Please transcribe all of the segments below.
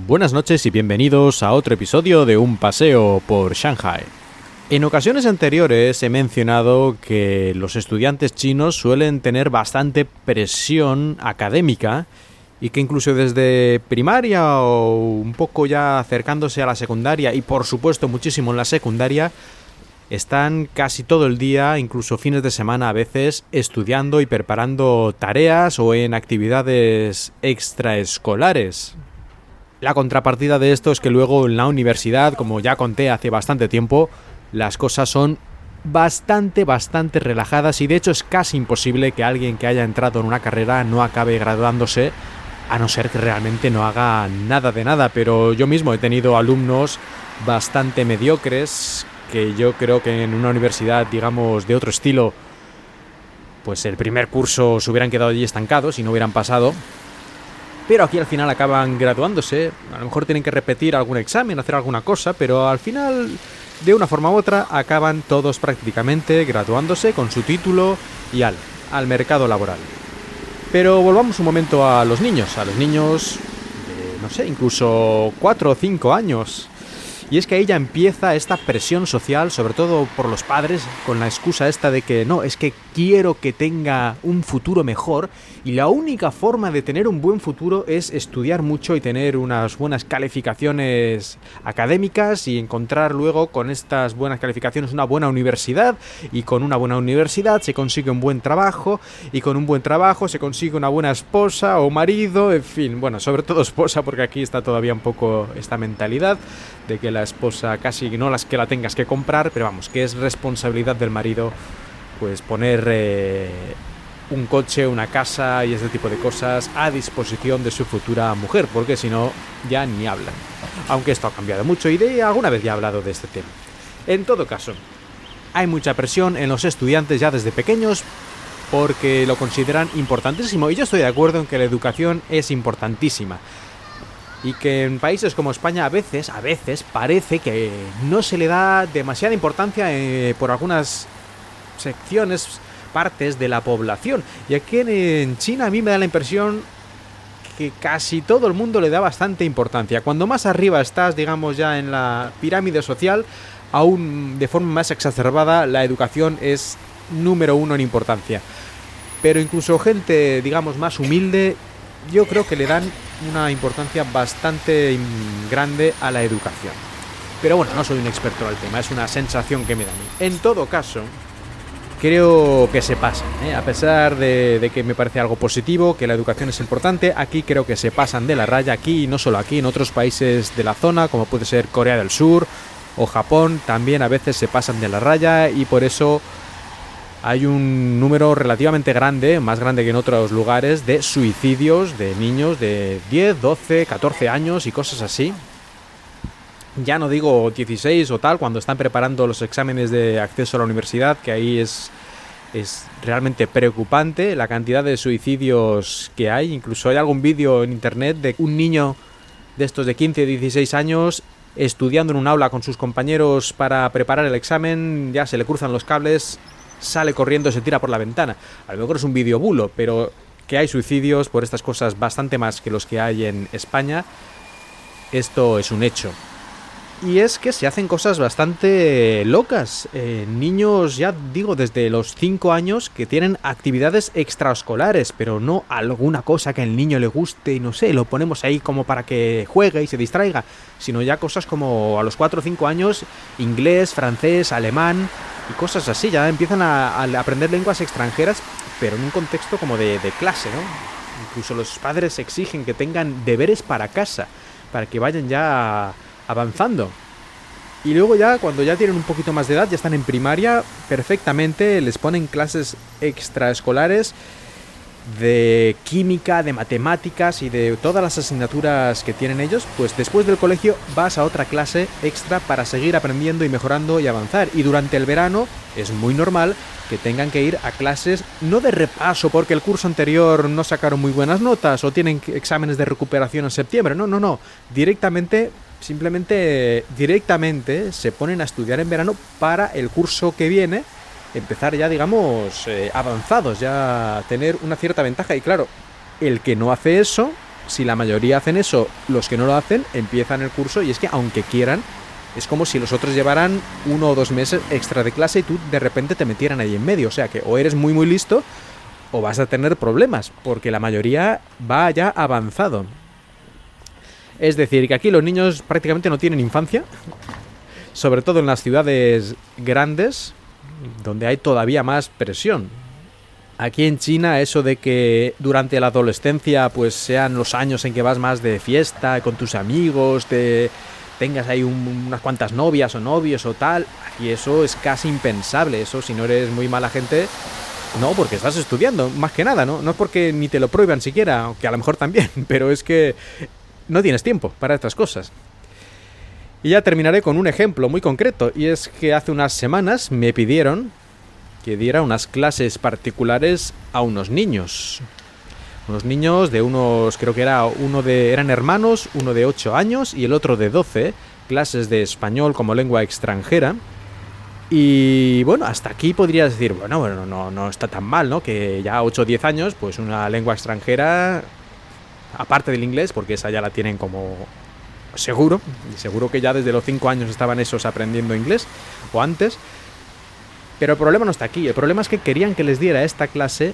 Buenas noches y bienvenidos a otro episodio de Un paseo por Shanghai. En ocasiones anteriores he mencionado que los estudiantes chinos suelen tener bastante presión académica y que incluso desde primaria o un poco ya acercándose a la secundaria y por supuesto muchísimo en la secundaria están casi todo el día, incluso fines de semana a veces, estudiando y preparando tareas o en actividades extraescolares. La contrapartida de esto es que luego en la universidad, como ya conté hace bastante tiempo, las cosas son bastante relajadas y de hecho es casi imposible que alguien que haya entrado en una carrera no acabe graduándose, a no ser que realmente no haga nada de nada. Pero yo mismo he tenido alumnos bastante mediocres que yo creo que en una universidad, digamos, de otro estilo, pues el primer curso se hubieran quedado allí estancados y no hubieran pasado. Pero aquí al final acaban graduándose, a lo mejor tienen que repetir algún examen, hacer alguna cosa, pero al final, de una forma u otra, acaban todos prácticamente graduándose con su título y al mercado laboral. Pero volvamos un momento a los niños de, no sé, incluso 4 o 5 años. Y es que ahí ya empieza esta presión social, sobre todo por los padres, con la excusa esta de que no, es que quiero que tenga un futuro mejor y la única forma de tener un buen futuro es estudiar mucho y tener unas buenas calificaciones académicas y encontrar luego con estas buenas calificaciones una buena universidad, y con una buena universidad se consigue un buen trabajo y con un buen trabajo se consigue una buena esposa o marido, en fin, bueno, sobre todo esposa, porque aquí está todavía un poco esta mentalidad de que la esposa casi no las que la tengas que comprar, pero vamos, que es responsabilidad del marido pues poner un coche, una casa y ese tipo de cosas a disposición de su futura mujer, porque si no ya ni hablan. Aunque esto ha cambiado mucho y alguna vez ya he hablado de este tema. En todo caso, hay mucha presión en los estudiantes ya desde pequeños porque lo consideran importantísimo, y yo estoy de acuerdo en que la educación es importantísima. Y que en países como España a veces parece que no se le da demasiada importancia por algunas secciones, partes de la población. Y aquí en China a mí me da la impresión que casi todo el mundo le da bastante importancia. Cuando más arriba estás, digamos, ya en la pirámide social, aún de forma más exacerbada, la educación es número 1 en importancia. Pero incluso gente, digamos, más humilde, yo creo que le dan una importancia bastante grande a la educación. Pero bueno, no soy un experto del tema, es una sensación que me da a mí. En todo caso, creo que se pasan, a pesar de que me parece algo positivo, que la educación es importante, aquí creo que se pasan de la raya, aquí y no solo aquí, en otros países de la zona, como puede ser Corea del Sur o Japón, también a veces se pasan de la raya y por eso hay un número relativamente grande, más grande que en otros lugares, de suicidios de niños de 10, 12, 14 años y cosas así. Ya no digo 16 o tal, cuando están preparando los exámenes de acceso a la universidad, que ahí es realmente preocupante la cantidad de suicidios que hay. Incluso hay algún vídeo en internet de un niño de estos de 15 o 16 años estudiando en un aula con sus compañeros para preparar el examen, ya se le cruzan los cables, sale corriendo, se tira por la ventana. A lo mejor es un vídeo bulo, pero que hay suicidios por estas cosas bastante más que los que hay en España, esto es un hecho. Y es que se hacen cosas bastante locas. Niños, ya digo, desde los 5 años que tienen actividades extraescolares, pero no alguna cosa que al niño le guste y no sé, lo ponemos ahí como para que juegue y se distraiga, sino ya cosas como a los 4 o 5 años, inglés, francés, alemán y cosas así. Ya empiezan a aprender lenguas extranjeras, pero en un contexto como de clase, ¿no? Incluso los padres exigen que tengan deberes para casa, para que vayan ya avanzando. Y luego ya, cuando ya tienen un poquito más de edad, ya están en primaria, perfectamente les ponen clases extraescolares de química, de matemáticas y de todas las asignaturas que tienen ellos. Pues después del colegio vas a otra clase extra para seguir aprendiendo y mejorando y avanzar. Y durante el verano es muy normal que tengan que ir a clases no de repaso porque el curso anterior no sacaron muy buenas notas o tienen exámenes de recuperación en septiembre. No. Simplemente directamente se ponen a estudiar en verano para el curso que viene, empezar ya, digamos, avanzados, ya tener una cierta ventaja. Y claro, el que no hace eso si la mayoría hacen eso, los que no lo hacen empiezan el curso y es que aunque quieran, es como si los otros llevaran 1 o 2 meses extra de clase y tú de repente te metieran ahí en medio. O sea que o eres muy muy listo o vas a tener problemas, porque la mayoría va ya avanzado. Es decir, que aquí los niños prácticamente no tienen infancia, sobre todo en las ciudades grandes, donde hay todavía más presión. Aquí en China, eso de que durante la adolescencia pues sean los años en que vas más de fiesta con tus amigos, tengas ahí unas cuantas novias o novios o tal, aquí eso es casi impensable. Eso, si no eres muy mala gente, no, porque estás estudiando, más que nada, ¿no? No es porque ni te lo prohíban siquiera, que a lo mejor también, pero es que no tienes tiempo para estas cosas. Y ya terminaré con un ejemplo muy concreto, y es que hace unas semanas me pidieron que diera unas clases particulares a unos niños. Unos niños de unos, creo que eran hermanos, uno de 8 años y el otro de 12, clases de español como lengua extranjera. Y bueno, hasta aquí podrías decir, bueno, no está tan mal, ¿no? Que ya 8 o 10 años, pues una lengua extranjera, aparte del inglés, porque esa ya la tienen como seguro, y seguro que ya desde los 5 años estaban esos aprendiendo inglés, o antes. Pero el problema no está aquí, el problema es que querían que les diera esta clase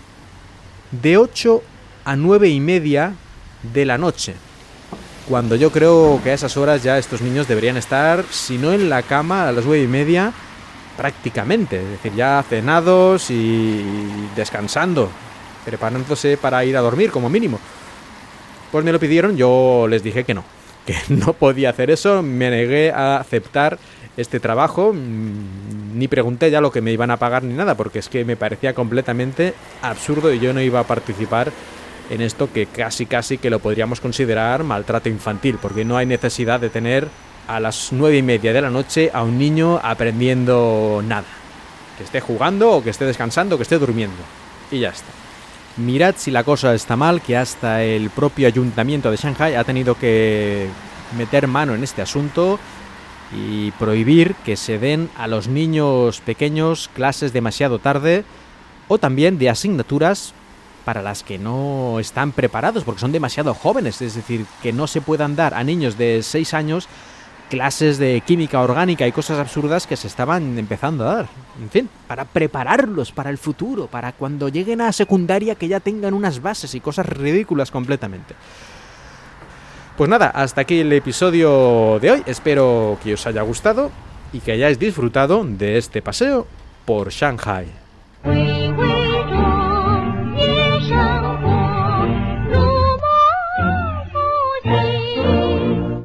de 8 a 9 y media de la noche, cuando yo creo que a esas horas ya estos niños deberían estar, si no en la cama, a las 9 y media, prácticamente, es decir, ya cenados y descansando, preparándose para ir a dormir como mínimo. Pues me lo pidieron, yo les dije que no podía hacer eso, me negué a aceptar este trabajo, ni pregunté ya lo que me iban a pagar ni nada, porque es que me parecía completamente absurdo y yo no iba a participar en esto que casi que lo podríamos considerar maltrato infantil, porque no hay necesidad de tener a las 9 y media de la noche a un niño aprendiendo nada, que esté jugando o que esté descansando o que esté durmiendo, y ya está. Mirad si la cosa está mal, que hasta el propio ayuntamiento de Shanghai ha tenido que meter mano en este asunto y prohibir que se den a los niños pequeños clases demasiado tarde o también de asignaturas para las que no están preparados porque son demasiado jóvenes, es decir, que no se puedan dar a niños de 6 años clases de química orgánica y cosas absurdas que se estaban empezando a dar. En fin, para prepararlos para el futuro, para cuando lleguen a secundaria que ya tengan unas bases y cosas ridículas completamente. Pues nada, hasta aquí el episodio de hoy. Espero que os haya gustado y que hayáis disfrutado de este paseo por Shanghai.